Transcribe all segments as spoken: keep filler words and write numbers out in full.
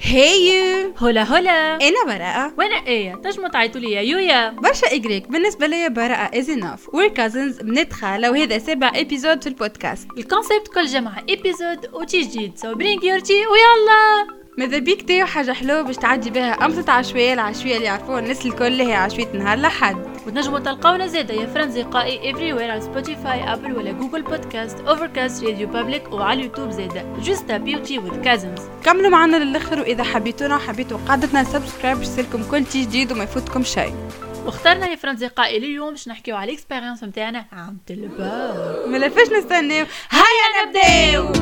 هاي هلا هلا، انا براءة وانا ايه تجمع تعيطوا لي يا يويا برشا إجريك. بالنسبة لي براءة is enough. we're cousins بنت خالة، وهذا سابع ابيزود في البودكاست. الكونسيبت كل جمعة ابيزود وتي جديد، سو برينك يورتي ويلا. ماذا بيك تاو حاجة حلوة باش تعدي بها أمسة عشوية العشوية اللي يعرفوها الناس الكل هي عشوية نهار لحد. وتنجموا تلقاونا زادا يا فرنزقائي everywhere على سبوتيفاي أبل ولا جوجل بودكاست اوفركاست راديو بابليك وعلى اليوتيوب زادا جوست بيوتي وذ كازنز. كملوا معنا للآخر، وإذا حبيتونا وحبيتوا قعدتنا سبسكرايب باش يصيركم كل شيء جديد وما يفوتكم شيء. واخترنا يا فرنزقائي اليوم باش نحكيو على الاكسبيرينس نتاعنا عام الباك. ملا فاش نستناو، هيا نبداو.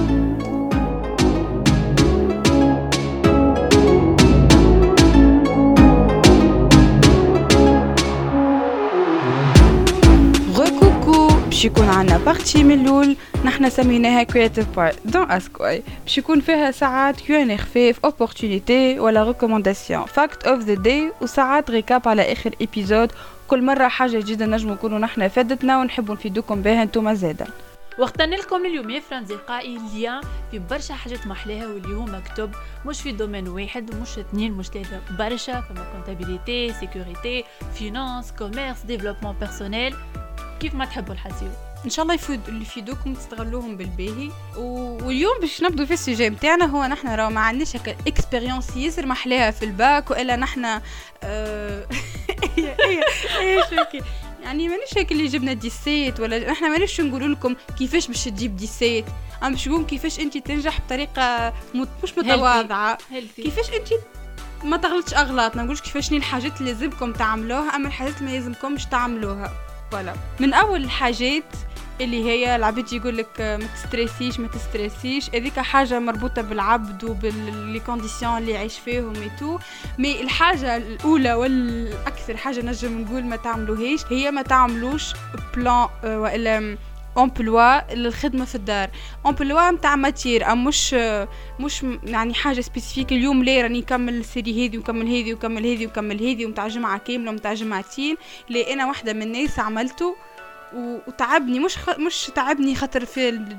باش يكون عنا بارتي من الاول نحنا سميناها كرياتيف بارت دون اسكوي، باش يكون فيها ساعات كيو خفيف اوبورتونيتي ولا ريكومونداسيون فاكت اوف ذا داي، وساعات ريكاب على اخر ايبيزود. كل مره حاجه جديده نجمو نكونوا نحنا فادتنا ونحبوا نفيدوكم بها انتم زادا. واخترنا لكم اليوم يا فرنزقائي ليان في برشا حاجات محلاها، واللي هو مكتوب مش في دومين واحد ومش اثنين مش ثلاثه، برشا فما كونتابيليتي، سيكوريتي، فينانس، كوميرس، ديفلوبمون بيرسونيل، كيف ما تحبوا الحسيو. ان شاء الله يفيد اللي يفيدوكم تستغلوهم بالباهي. و... واليوم باش نبدو في السجي نتاعنا هو نحن راه ما عندناش هكا اكسبيريونس ياسر محلاها في الباك، والا نحن أه... ايه ايه ايه شوكي يعني مانيش هيك اللي جبنا ديسيت، ولا احنا مانيش نقول لكم كيفاش باش تجيب ديسيت، اما باش نقول كيفاش انت تنجح بطريقه مت... مش متواضعه، كيفاش انت ما تغلطش اغلاط. ما نقولش كيفاش الحاجات اللي لازمكم تعملوها، اما الحاجات اللي ما لازمكمش تعملوها. ولا من اول الحاجات اللي هي العبد يقول لك ما تستريسيش ما تستريسيش، هذيك حاجه مربوطه بالعبد وباللي كونديسيون اللي يعيش فيهم ايتو. مي الحاجه الاولى والاكثر حاجه نجم نقول ما تعملوهاش هي ما تعملوش بلان والا امبلوا للخدمه في الدار. امبلوا نتاع ماتير، ام مش مش يعني حاجه سبيسيفيك اليوم لا راني نكمل السيري هذه وكمل هذه وكمل هذه وكمل هذه ومتاع جمعه كامله ومتاع جمعتين. لا انا واحده من الناس عملته وتعبني، مش خ... مش تعبني خاطر في ال...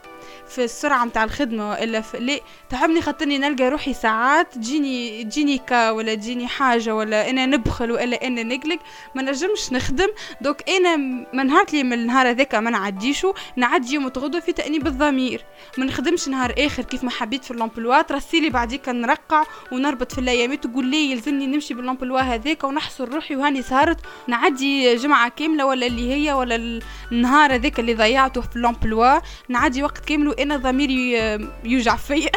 في السرعه نتاع الخدمه، والا في... لا تعبني خاطرني نلقى روحي ساعات تجيني تجيني كا ولا تجيني حاجه، ولا انا نبخل ولا انا نقلق ما نجمش نخدم. دوك انا من نهار لي من النهار هذاك ما نعديشو، نعدي يوم تغدو في تأنيب الضمير، ما نخدمش نهار اخر كيف ما حبيت في الامبلوا. ترسيلي بعديك نرقع ونربط في الايامات تقول لي يلزمني نمشي بالامبلوا هذاك ونحصر روحي وهاني سهرت نعدي جمعه كامله ولا اللي هي ولا النهار هذاك اللي ضيعته في الامبلوا، نعدي وقت كامل وانا ضميري يوجع فيا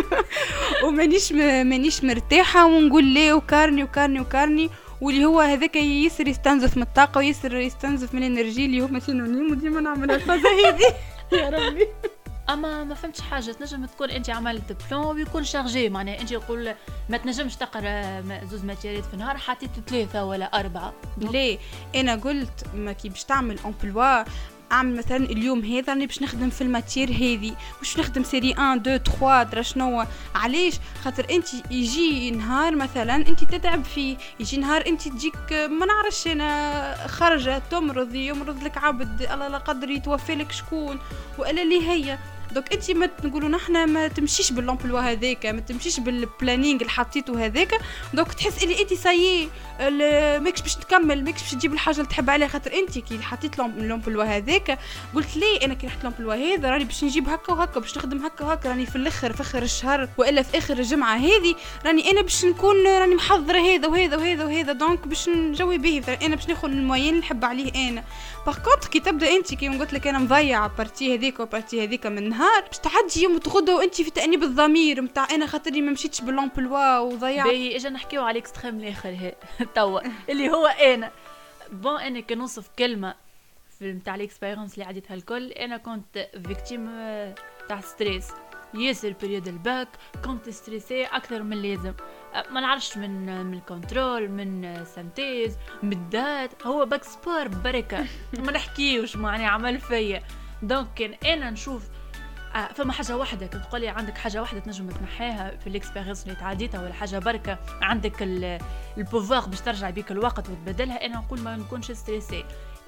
ومانيش مانيش مرتاحه ونقول ليه وكارني وكارني وكارني، واللي هو هذاك يسر يستنزف من الطاقه ويسر يستنزف من الانرجي اللي هما سينونيم، وديما نعمل الفازه هذه يا ربي. اما ما فهمتش حاجه، تنجم تكون انت عملت بلان ويكون شارجي، معناها انت يقول ما تنجمش تقرا زوز ماتيريات في النهار، حطيت ثلاثه ولا اربعه. ليه انا قلت ما كي باش تعمل امبلوا اعمل مثلا اليوم هذا راني باش نخدم في الماتير هذه، مش نخدم سيري واحد اثنين ثلاثة درا شنو. علاش؟ خاطر انت يجي نهار مثلا انت تتعب فيه، يجي نهار انت تجيك ما نعرفش انا خرجه تمرض، يمرض لك عبد الله لا قدر يتوفى لك شكون ولا اللي هي. دوك انت ما نقولوا نحنا ما تمشيش بالامبلوا هذاك، ما تمشيش بالبلانينغ اللي حطيته هذاك، دوك تحس اللي انت سايي ماكش باش تكمل، ماكش باش تجيب الحاجه اللي تحب عليها، خاطر انت كي حطيت الامبلوا هذاك قلت لي انا كي رحت الامبلوا هذا راني باش نجيب هكا وهكا، باش نخدم هكا وهكا، راني في الاخر في اخر الشهر والا في اخر الجمعه هذه راني انا باش نكون راني محضره هذا وهذا وهذا وهذا، دونك باش نجوي به انا باش ناخذ الموين اللي نحب عليه انا. باغ كونطخ كي تبدا انت كي قلت لك انا مضيعه بارتي هذيك وبارتي هذيك من نهار، باش تعدي يوم تغدو وانت في تأنيب الضمير نتاع انا خاطرني ما مشيتش بالامبلوا وضيعت. باهي اجا نحكيو على الاكستريم الاخر هي توا اللي هو انا بون انا كنوصف كلمه في نتاع الاكسبيرينس اللي عديتها الكل، انا كنت فيكتيم تاع ستريس ياسر بريود الباك، كنت ستريسي اكثر من اللازم، ما نعرفش من من الكنترول من سانتيز من الدات، هو باك سبور بركه ما نحكيوش معني عمل فيا. دونك كان انا نشوف آه فما حاجه واحده كنت تقولي عندك حاجه واحده تنجم تنحيها في الاكسبيرينس اللي تعديتها، ولا حاجه بركه عندك البوفوار باش ترجع بيك الوقت وتبدلها، انا نقول ما نكونش ستريسي.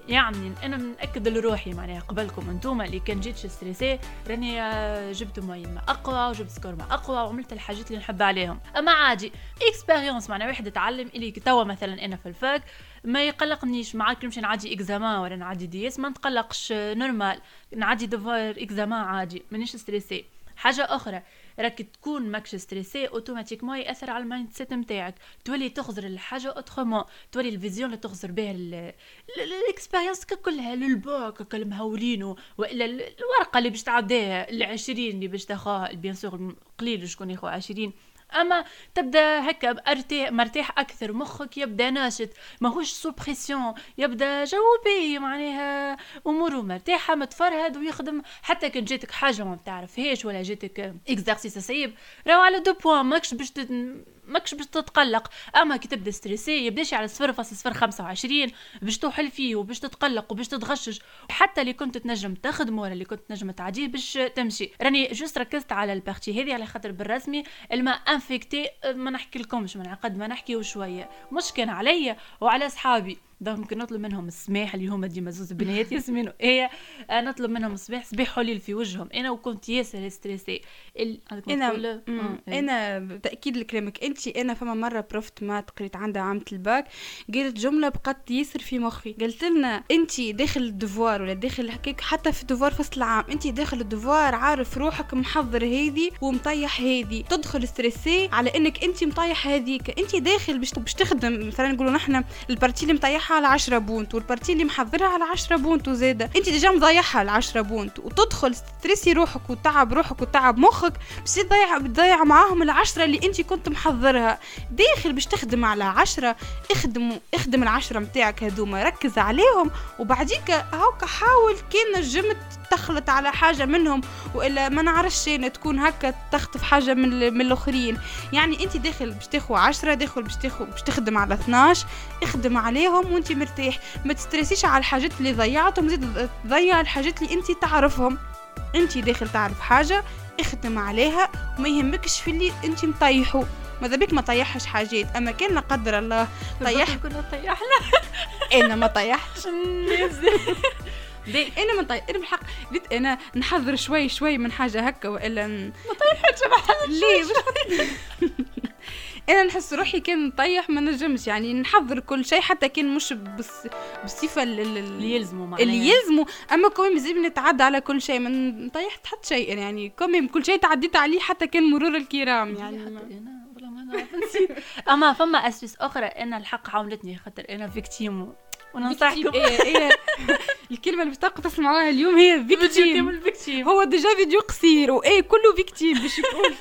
يعني انا منأكد لروحي معناها قبلكم انتوما اللي كان جيتش ستريسي راني جبت موين ما اقوى وجبت سكور ما اقوى وعملت الحاجات اللي نحب عليهم. اما عادي اكسبيريونس معناها واحد يتعلم اللي توا مثلا انا في الفاك ما يقلقنيش معاك نمشي نعدي اكزامان ولا نعدي ديس ما نتقلقش نورمال نعدي دوفار اكزامان عادي مانيش ستريسي. حاجه اخرى راك تكون ماكش ستريسي اوتوماتيكمون ياثر على المايند سيت نتاعك تولي تخزر الحاجه اوترومون تولي الفيزيون اللي تخزر بها الاكسبيرينس كلها للبوك المهولين والا الورقه اللي باش تعديها العشرين اللي باش تاخذها بيان سور قليل شكون ياخذ عشرين اما تبدا هكا ارتاح مرتاح اكثر مخك يبدا ناشط ماهوش سو بريسيون يبدا جاوبي معناها اموره مرتاحه متفرهد ويخدم حتى كان جاتك حاجه ما بتعرفهاش ولا جاتك اكزرسيس صعيب راهو على دو بوين ماكش باش تت... ماكش باش تتقلق. اما كي تبدا ستريسي يبداش على صفر فاصلة صفر خمسة وعشرين باش توحل فيه وباش تتقلق وباش تتغشش حتى اللي كنت تنجم تخدم ولا اللي كنت تنجم تعديه باش تمشي. راني جوست ركزت على البارتي هذه على خاطر بالرسمي الما انفيكتي ما نحكي لكمش من قد ما نحكي شويه مش كان عليا وعلى اصحابي دونك ممكن نطلب منهم السماح اللي هما ديما زوز بنيات ياسمين وايه نطلب منهم السماح سبيحوا لي في وجههم انا وكنت ياسر ستريسي ال... انا مم. انا بتاكيد لكلامك انت انا فما مره بروفت ما قريت عندها عامه الباك قالت جمله بقت ياسر في مخي قالت لنا انت داخل الدفوار ولا داخل هكاك حتى في الدفوار فصل العام انت داخل الدفوار عارف روحك محضر هذه ومطيح هذه تدخل ستريسي على انك انت مطيح هذيك انت داخل باش باش تخدم مثلا نقولوا نحن البارتي اللي مطيحه على عشرة بونت والبارتي اللي محضرها على عشرة بونت وزاده انت ديجا مضيعها على عشرة بونت وتدخل ستريسي روحك وتعب روحك وتعب مخك باش تضيع بتضيع معاهم العشرة اللي انت كنت محضرها داخل باش تخدم على عشرة اخدم اخدم العشرة متاعك هذوما ركز عليهم وبعديك هاكا حاول كان نجمت تخلط على حاجة منهم وإلا ما نعرفش تكون هكا تخطف حاجة من من الآخرين. يعني أنت داخل باش تاخو عشرة داخل باش تاخو باش تخدم على اثناش اخدم عليهم وأنت مرتاح ما تسترسيش على الحاجات اللي ضيعتهم زيد تضيع الحاجات اللي أنت تعرفهم. أنت داخل تعرف حاجة اخدم عليها وما يهمكش في اللي أنت مطيحه ماذا بك ما طيحش حاجات. أما كان لا قدر الله طيح كنا طيحنا أنا ما طيحش دي انا من طيب انا بالحق قلت انا نحضر شوي شوي من حاجه هكا والا ما طيحتش ما ليه انا نحس روحي كان نطيح ما نجمش يعني نحضر كل شيء حتى كان مش بس بالصفه اللي يلزموا اللي يلزموا اما كمان لازم نتعدى على كل شيء ما نطيحت حتى شيء يعني كمان كل شيء تعديت عليه حتى كان مرور الكرام يعني حتى انا والله ما نعرف نسيت. اما فما اساس اخرى انا الحق عاونتني خاطر انا فيكتيم وننصحكم ايه ايه الكلمه اللي بتاقوا تسمعوها اليوم هي فيكتيم هو ديجا فيديو قصير وايه كله فيكتيم باش يكون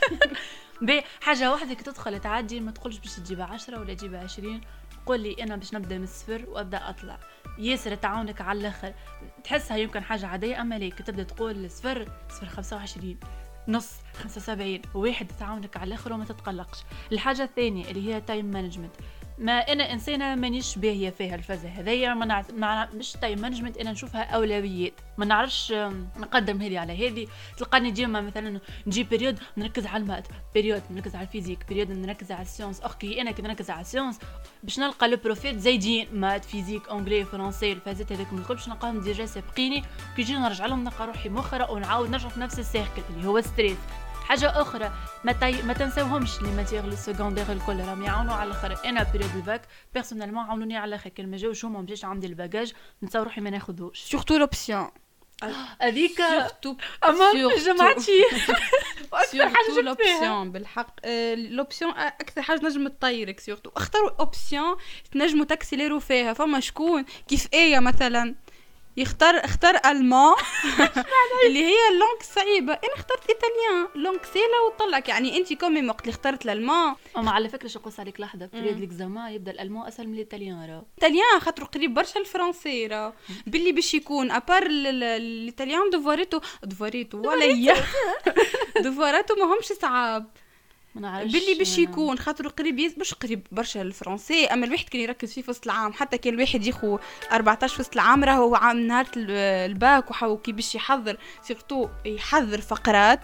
بحاجه واحده كي تدخل تعدي ما تقولش باش تجيب عشرة ولا تجيب عشرين قول لي انا باش نبدا من الصفر وابدا اطلع ياسر تعاونك على الاخر تحسها يمكن حاجه عاديه اما ليك تبدا تقول صفر صفر خمسة وعشرين نص خمسة وسبعين واحد تعاونك على الاخر وما تتقلقش. الحاجه الثانيه اللي هي تايم مانجمنت ما انا انسانه مانيش باهيه فيها الفازه هذيا ما نعرف مع مش تايم مانجمنت انا نشوفها اولويات ما نعرفش نقدم هذه على هذه تلقاني ديما مثلا نجي بيريود نركز على المات بيريود نركز على الفيزيك بيريود نركز على السيونس اخي انا كي نركز على السيونس باش نلقى لو بروفيت زايدين مات فيزيك انجلي فرنسي الفازات هذوك الكل باش نلقاهم ديجا سابقيني كي نجي نرجع لهم نلقى روحي مخرة ونعاود نرجع في نفس السيركل اللي هو ستريس. حاجه اخرى ما تاي... ما تنساوهمش لي ماتير لي سكوندير الكل راهم يعاونوا على الاخر. انا بيريود الفاك بيرسونيلمون عاونوني على الاخر كان ما جاوش هما مشيش عندي الباجاج نتصور روحي ما ناخذوش سورتو لوبسيون هذيك سورتو اما جمعتي اكثر حاجه لوبسيون بالحق لوبسيون اكثر حاجه نجم تطيرك سورتو اختاروا اوبسيون تنجموا تاكسيليروا فيها. فما شكون كيف ايه مثلا يختار اختار المان اللي هي اللونغ صعيبه انا اخترت ايطاليان لونغ سهله وطلعك يعني انت كومي وقت اللي اخترت الالمان. اما على فكره شقص عليك لحظه بريود ليكزامان يبدا الالمان اسهل من الايطاليان راه الايطاليان خاطر قريب برشا الفرنسي راه باللي باش يكون ابار الايطاليان دوفاريتو دوفاريتو ولا دوفاراتو ما همش صعاب باللي باش يكون خاطر قريب باش قريب برشا الفرنسي. اما الواحد كان يركز فيه فصل العام حتى كان الواحد يخو أربعطاش فصل العام راهو عام نهار الباك وحاول كي باش يحضر سيرتو يحضر فقرات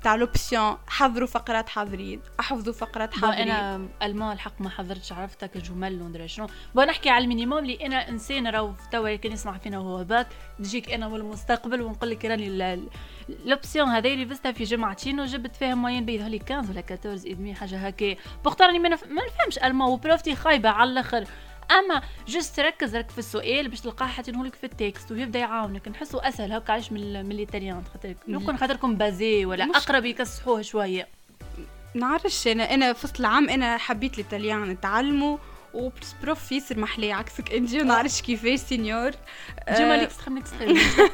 نتاع لوبسيون حضروا فقرات حاضرين احفظوا فقرات حاضرين. انا المان الحق ما حضرتش عرفتك الجمل وندري شنو بنحكي على المينيموم اللي انا انسان راهو توا كان يسمع فينا وهو باك نجيك انا والمستقبل ونقول لك راني لوبسيون هذه اللي فزتها في جمعتين وجبت فيها موين بيد هولي خمسة ولا أربعطاش ادمي حاجه هكا بختار راني ما نفهمش المان وبروفتي خايبه على الاخر. اما جست ركز رك في السؤال باش تلقاه حاطينهولك في التكست ويبدا يعاونك نحسه اسهل هكا علاش من من الايطاليان خاطر يكون خاطركم بازي ولا اقرب يكسحوه شويه. نعرفش انا انا فصل العام انا حبيت الايطاليان نتعلمه وبلس بروف ياسر محلي عكسك انجي ونعرفش كيفاش سينيور جيما ليك تخمك تخيل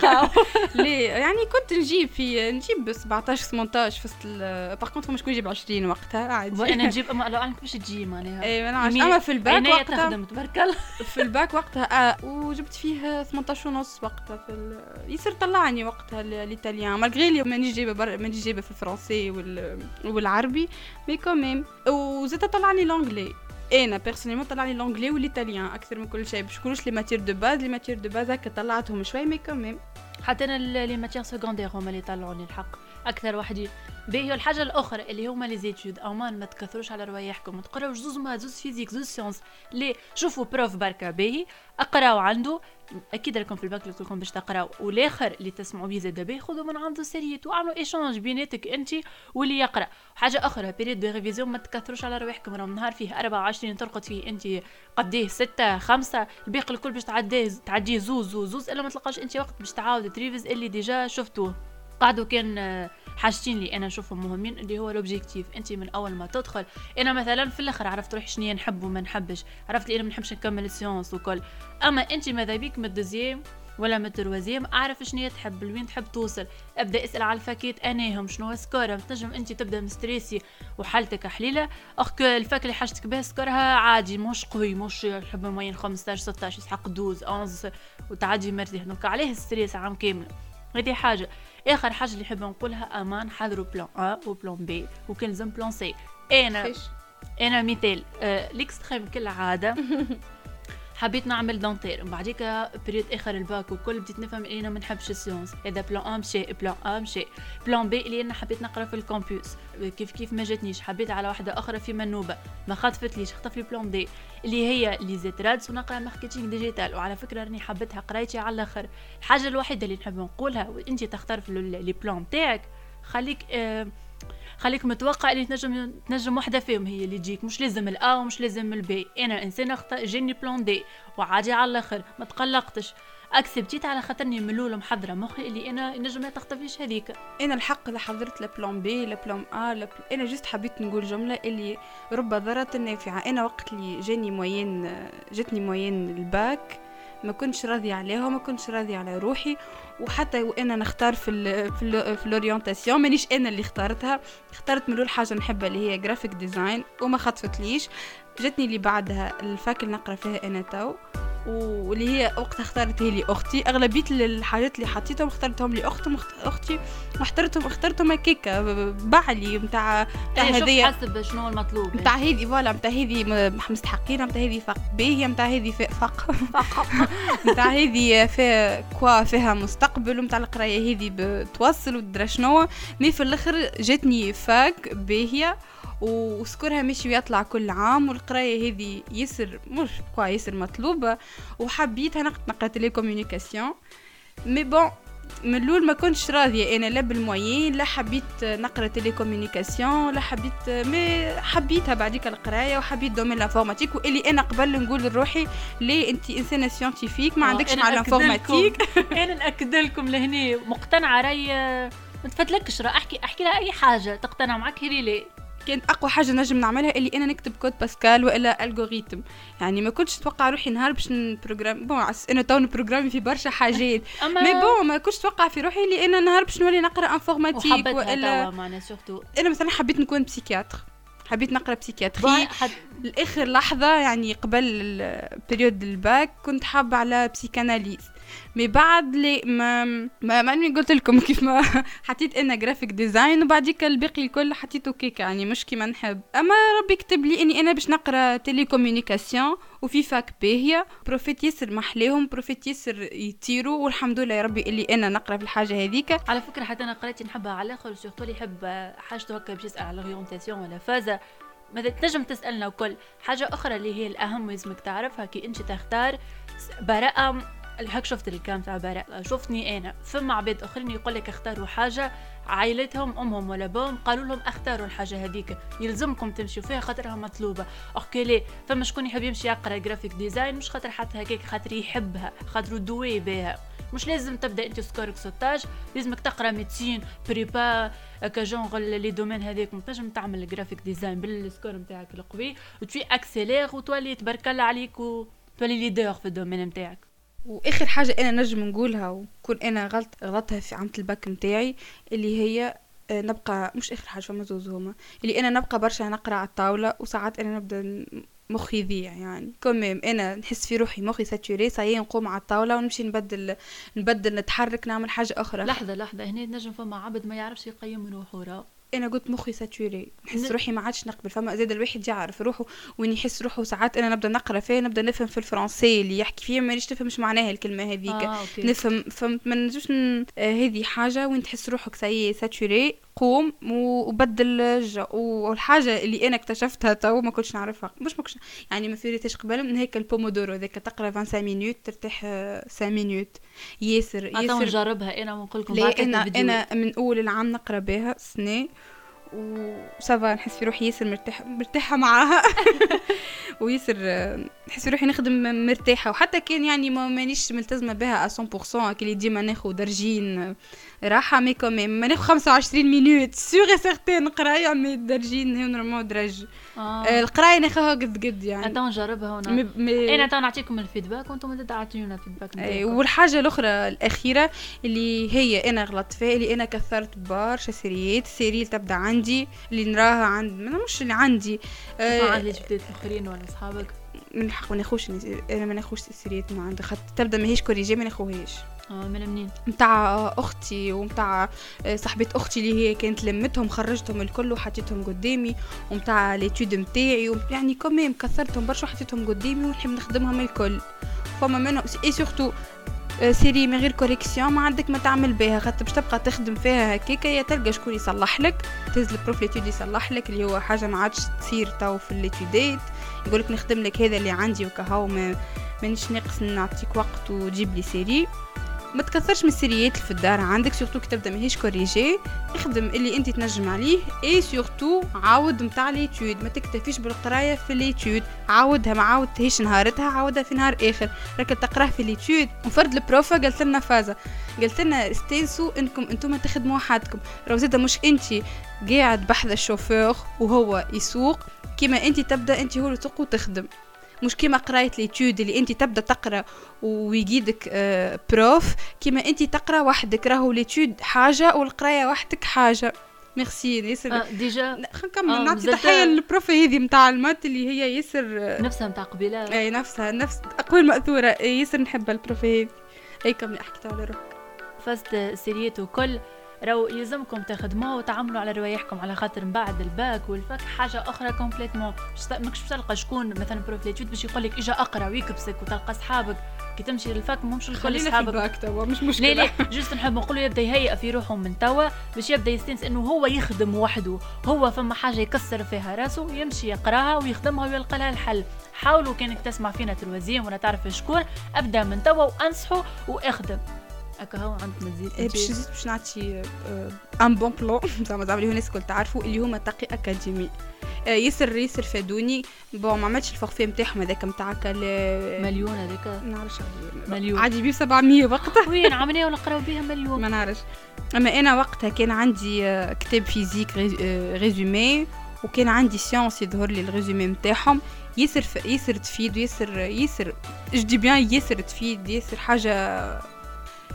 ليه يعني كنت نجيب في نجيب سبعطاش ثمنطاش فصل باغ كونطخ مش كنت نجيب عشرين وقتها عادي وانا نجيب اما لو انك باش تجي معناها اي ما نعرفش اما في الباك وقتها تخدم تبارك الله في الباك وقتها آه وجبت فيه ثمنطاش ونص وقتها في ال... يصير طلعني وقتها الايطاليان مالغري لي مانيش جايبه بر... مانيش جايبه في الفرنسي وال... والعربي مي كوميم وزدت طلعني لونجلي. انا بيرسونيلمون طلعني لونجلي والايطاليان اكثر من كل شيء باش كلش لي ماتير دو باز لي ماتير دو باز هكا طلعتهم شوي مي كوميم. حتى انا لي ماتير سكوندير هما اللي طلعوني الحق اكثر وحدي باهي. الحاجه الاخرى اللي هما لي زيتود او ما تكثروش على روايحكم تقراو زوز ما زوز فيزيك زوز سيونس لي شوفوا بروف بركه باهي اقراو عنده اكيد راكم في الباك كلكم باش تقراو والاخر اللي تسمعوا بيه زاد باهي خذوا من عنده سيريت وعملوا ايشانج بيناتك انت واللي يقرا. حاجه اخرى بيريد دو ريفيزيون ما تكثروش على روايحكم راهو نهار فيه أربعة وعشرين ترقد فيه انت قديه ستة خمسة الباقي الكل باش تعديه تعديه زوز زوز زوز الا ما تلقاش انت وقت باش تعاود تريفيز اللي ديجا شفتوه. قعدوا كان حاجتين اللي انا نشوفهم مهمين اللي هو لوبجيكتيف. انت من اول ما تدخل انا مثلا في الاخر عرفت روحي شنو نحب وما نحبش عرفت لي انا ما نحبش نكمل السيونس وكل. اما انت ماذا بيك من الدوزيام ولا من التروازيام اعرف شنو تحب لوين تحب توصل ابدا اسال على الفاكيت اناهم شنو سكورها تنجم انت تبدا مستريسي وحالتك حليله اخك الفاك اللي حاجتك بها سكورها عادي مش قوي مش يحب موين خمسطاش ستطاش يسحق دوز احداش وتعدي مرتاح دونك عليه الستريس عام كامل. هذه حاجه. اخر حاجه اللي نحب نقولها امان حضروا بلان ا وبلان بي وكان زم بلان سي. انا فيش. انا مثال آه ليكستريم كالعاده حبيت نعمل دونتير من بعديك بريود اخر الباك وكل بديت نفهم اني انا ما نحبش السيونس. هذا بلان ا مشي بلان ا مشي بلان بي اللي انا حبيت نقرا في الكامبوس كيف كيف ما جاتنيش حبيت على واحده اخرى في منوبه ما خطفتليش خطف لي بلان دي اللي هي لي زيترادز ونقرا ماركتينغ ديجيتال. وعلى فكره راني حبيتها قرايتي على الاخر. الحاجه الوحيده اللي نحب نقولها وانت تختار في لي بلان تاعك خليك آه خليك متوقع اللي تنجم تنجم واحده فيهم هي اللي تجيك مش لازم الا ومش لازم البي. انا انسان اختار جيني بلان دي وعادي على الاخر ما تقلقتش اكسبتيت على خاطرني من الاول محضره مخي اللي انا نجم ما تخطفليش هذيك. انا الحق اللي حضرت لبلان بي لبلان ا لبل... انا جست حبيت نقول جمله اللي رب ضاره نافعه. انا وقت اللي جاني موين جتني موين الباك ما كنتش راضيه عليها وما كنتش راضيه على روحي وحتى وانا نختار في ال في ال في الاورينتاسيون مانيش انا اللي اختارتها اخترت من اول حاجه نحبها اللي هي جرافيك ديزاين وما خطفتليش. جتني اللي بعدها الفاك اللي نقرا فيها انا تو واللي هي وقتها اختارت هي لي اختي. اغلبيه الحاجات اللي حطيتهم اخترتهم لي اختي اختي واخترتهم اخترتهم هكاكا بعلي نتاع نتاع هذه حسب شنو المطلوب نتاع هذه فوالا نتاع هذه مستحقين نتاع هذه فق باهيه نتاع هذه فق نتاع هذه فيها كوا فيها مستقبل ونتاع القرايه هذه بتوصل ودرا شنو. مي في الاخر جاتني فاك باهيه وسكورها ماشي ويطلع كل عام والقرايه هذه يسر مش كوا يسر مطلوبه وحبيتها نقرا نقرا تيليكومونيكاسيون. مي بون من الاول ما كنتش راضيه انا لا بالموين لا حبيت نقرا تيليكومونيكاسيون لا حبيت مي حبيتها بعديك القرايه وحبيت دومين لانفورماتيك واللي انا قبل نقول لروحي ليه انت انسانه سيانتيفيك ما عندكش مع الانفورماتيك. انا ناكد لكم لهني مقتنعه راي ما تفتلكش راه احكي احكي لها اي حاجه تقتنع معك هيري ليه. كانت اقوى حاجه نجم نعملها اللي انا نكتب كود باسكال والا الجوريثم. يعني ما كنتش نتوقع روحي نهار باش نبروغرام بون انا تو نبروغرامي في برشا حاجات مي بون ما كنتش نتوقع في روحي اللي انا نهار باش نولي نقرا انفورماتيك والا معنا سورتو. انا مثلا حبيت نكون بسيكياتر حبيت نقرا بسيكياتري حد... لاخر لحظه يعني قبل البريود الباك كنت حابه على بسيكاناليز مي بعد لي ما ما ماني قلت لكم كيف ما حطيت انا جرافيك ديزاين وبعديك الباقي الكل حطيته كيك يعني مش كيما نحب. اما ربي كتب لي اني انا باش نقرا تيليكومونيكاسيون وفي فاك باهيه بروفيت ياسر محليهم بروفيت ياسر يطيروا والحمد لله يا ربي اللي انا نقرا في الحاجه هذيك. على فكره حتى انا قريت نحبها على الاخر سورتو اللي يحب حاجته هكا باش يسال على اورينتاسيون ولا فازه ماذا تنجم تسالنا. وكل حاجه اخرى اللي هي الاهم لازمك تعرفها كي انت تختار براءه اللي هاك شفت الكلام تاع براء شفتني انا فما عباد اخرين يقول لك اختاروا حاجه عائلتهم امهم ولا بهم قالوا لهم اختاروا الحاجه هذيك يلزمكم تمشوا فيها خاطرها مطلوبه. اوكي ليه فما شكون يحب يمشي يقرا جرافيك ديزاين مش خاطر حتى هكاك خاطر يحبها خاطر دوي بها. مش لازم تبدا انت سكورك ستاج لازمك تقرا ميديسين بريبا كجونغ لي دومين هذيك تنجم تعمل جرافيك ديزاين بالسكور نتاعك القوي وتوي اكسيلير وتولي تبارك الله عليك وتولي ليدر في الدومين نتاعك. واخر حاجه انا نجم نقولها وكون انا غلط غلطها في عملت الباك نتاعي اللي هي نبقى مش اخر حاجه فما زوز هما اللي انا نبقى برشا نقرا على الطاوله وساعات انا نبدا مخي يضيع يعني كمام انا نحس في روحي مخي ساتوري صايي نقوم على الطاوله ونمشي نبدل نبدل نتحرك نعمل حاجه اخرى. لحظه لحظه هنا نجم فما عبد ما يعرفش يقيم روحه راه انا قلت مخي ساتوري نحس ن... روحي ما عادش نقبل فما زاد الواحد يعرف روحه وين يحس روحه ساعات انا نبدا نقرا فيه نبدا نفهم في الفرنسي اللي يحكي فيه ما نفهمش معناها الكلمه هذيك آه، نفهم فهمت ما نجمش ن... آه هذه حاجه وين تحس روحك ساي ساتوري قوم وبدل الجو. والحاجه اللي انا اكتشفتها تو ما كنتش نعرفها مش ما كنتش يعني ما فيريتش قبل من هيك البومودورو ذاك تقرا خمسة وعشرين مينوت ترتاح خمسة مينوت ياسر ياسر نجربها انا ونقول لكم بعد انا انا من اول العام نقرا بها سنه وسافا نحس في روحي ياسر مرتاحه مرتاحه معاها وياسر نحس في روحي نخدم مرتاحه وحتى كان يعني ما مانيش ملتزمه بها مية بالمية كلي ديما ناخذ درجين راحه مي كوميم ما ناخذ خمسة وعشرين مينوت سيغ سيغتين قرايه مي درجين هي نورمال درج آه. القرايه ناخذها قد قد يعني انت نجربها هنا م... م... انا تو نعطيكم الفيدباك وانتم تعطيونا الفيدباك نتاعكم. والحاجه الاخرى الاخيره اللي هي انا غلطت فيها اللي انا كثرت برشا سيريات السيريال تبدا عندي اللي نراها عند مش اللي عندي آه عندي جبت اخرين ولا اصحابك من الحق ما ناخوش انا ما ناخوش السيريات ما عندي خاطر تبدا ماهيش كوريجي ما ناخوهاش اه من منين نتاع اختي ونتاع صاحبه اختي اللي هي كانت لمتهم خرجتهم الكل وحطيتهم قدامي ونتاع ليتود نتاعي يعني كوميم كثرتهم برشا وحطيتهم قدامي ونحب نخدمهم الكل فما منهم اي سورتو سيري من غير كوريكسيون ما عندك ما تعمل بها خاطر باش تبقى تخدم فيها هكاكا يا تلقى شكون يصلح لك تهز البروف ليتود يصلح لك اللي هو حاجه ما عادش تصير تو في الليتودات يقولك نخدم لك هذا اللي عندي وكهو ما مانيش ناقص نعطيك وقت وتجيب لي سيري. ما تكثرش من السيريات في الدار عندك سورتو كي تبدا ماهيش كوريجي اخدم اللي انت تنجم عليه اي سورتو عاود نتاع ليتود ما تكتفيش بالقرايه في ليتود عاودها ما عاودتهاش نهارتها عاودها في نهار اخر راك تقراه في ليتود. وفرد البروفا قالت لنا فازه قالت لنا استنسوا انكم انتم تخدموا وحدكم راهو زاده مش انت قاعد بحذا الشوفور وهو يسوق كيما انت تبدا انت هو اللي تسوق وتخدم مش كيما قرايه ليتود اللي انت تبدا تقرا ويجيدك آه بروف كيما انت تقرا وحدك راهو ليتود حاجه والقرايه وحدك حاجه. ميرسي ياسر آه ديجا نكمل آه نعطي تحيه للبروف هذه نتاع المات اللي هي ياسر آه نفسها نتاع قبيله اي نفسها نفس اقوال ماثوره ياسر نحبها البروف هذه هي كملي حكيت على روحك فاست سيريت وكل راهو يلزمكم تخدموا وتعملوا على روايحكم على خاطر من بعد الباك والفك حاجه اخرى كومبليتمون ماكش تلقى شكون مثلا بروف ليتود باش يقول لك اجا اقرا ويكبسك وتلقى اصحابك كي تمشي للفك مش الكل اصحابك خلينا في الباك توا مش مشكله لا لا جوست نحب نقول يبدا يهيئ في روحه من توا باش يبدا يستنس انه هو يخدم وحده هو فما حاجه يكسر فيها راسه يمشي يقراها ويخدمها ويلقى لها الحل. حاولوا كانك تسمع فينا تلوزيم ولا تعرف شكون ابدا من توا وانصحوا واخدم هكا هو عند مزيد باش نزيد باش نعطي ان بون بلون زعما زعما الناس الكل تعرفوا اللي هما تقي اكاديمي ياسر ياسر فادوني بون ما عملتش الفورفي نتاعهم هذاك نتاع مليون هذاك ما نعرفش مليون عادي بيه سبعمية وقتها وين عملناه ونقراو بها مليون ما نعرفش. اما انا وقتها كان عندي كتاب فيزيك ريزومي وكان عندي سيانس يظهر لي الريزومي نتاعهم ياسر ف... ياسر تفيد وياسر ياسر جدي بيان ياسر تفيد ياسر حاجه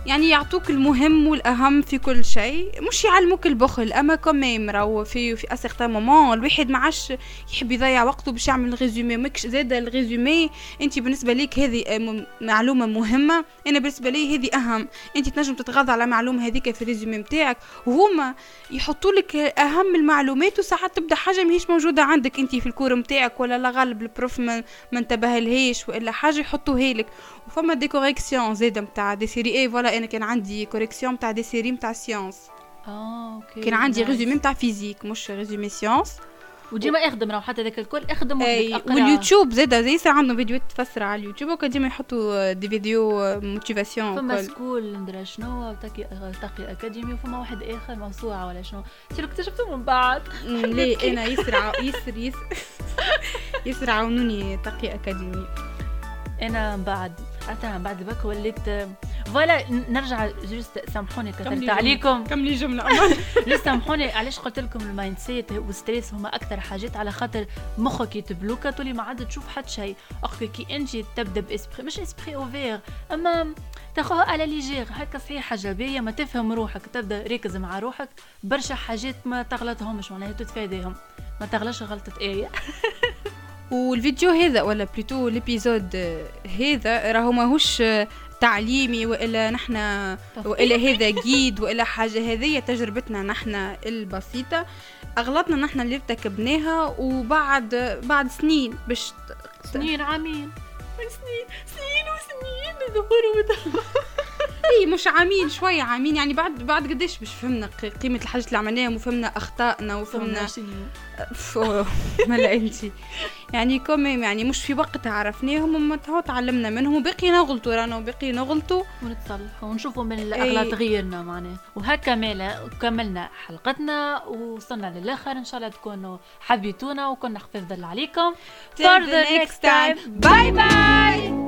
يعني يعطوك المهم والاهم في كل شيء، مش يعلموك البخل. اما كمان راهو في في اسيغتان مومون الواحد ما عادش يحب يضيع وقته باش يعمل ريزومي، ماكش زاد الريزومي انت بالنسبه ليك هذه معلومه مهمه، انا بالنسبه لي هذه اهم، انت تنجم تتغاضى على معلومه هذيك في الريزومي نتاعك، وهما يحطوا لك اهم المعلومات، وساعات تبدا حاجه ماهيش موجوده عندك انت في الكور نتاعك، ولا لا غالب البروف ما انتبه لهاش والا حاجه يحطوها لك. وفما دي كوريكسيون زاده نتاع دي سيري اي فوالا، انا كان عندي كوريكسيون نتاع دي سيري نتاع سيونس. اه اوكي. كان عندي ريزومي نتاع فيزيك مش ريزومي سيونس، وديما اخدم راهو حتى ذاك الكل اخدم وحدك. واليوتيوب زاده زي يصير عندهم فيديوهات تفسر على اليوتيوب، وكان ديما يحطوا دي فيديو موتيفاسيون. فما سكول ندرا شنو تقي تقي اكاديمي، وفما واحد اخر موسوعه ولا شنو سيرو اكتشفتو من بعد. ليه انا يسرع يسر يسر يسر عاونوني تقي اكاديمي. انا بعد حتى من بعد بك وليت فوالا. نرجع جوست سامحوني كثرت عليكم، كملي جمله امان. جوست سامحوني علاش قلت لكم المايند سيت والستريس هما اكثر حاجات، على خاطر مخك يتبلوكا تولي ما عاد تشوف حتى شيء. اخي كي انت تبدا باسبري مش اسبري اوفير، اما تاخذها على ليجير هكا صحيح حاجه باهيه، ما تفهم روحك، تبدا ركز مع روحك، برشا حاجات ما تغلطهمش معناها تتفاداهم، ما تغلطش غلطه ايه. والفيديو هذا ولا بلوتو ليبيزود هذا راهو ماهوش تعليمي والا نحنا والا هذا جيد والا حاجه، هذه تجربتنا نحنا البسيطه، اغلطنا نحنا اللي ارتكبناها، وبعد بعد سنين باش سنين عامين سنين سنين وسنين ظهور اي مش عامين شويه عامين، يعني بعد بعد قديش باش فهمنا قيمه الحاجات اللي عملناها وفهمنا اخطائنا وفهمنا ملا انتي يعني كوميم، يعني مش في وقت عرفناهم وما تو تعلمنا منهم، وبقي نغلطوا رانا وبقي نغلطوا ونتصلحوا ونشوفوا من الاغلاط غيرنا معناه. وهكا مالا كملنا حلقتنا ووصلنا للاخر، ان شاء الله تكونوا حبيتونا وكنا خفيف ظل عليكم. For the next time, bye bye.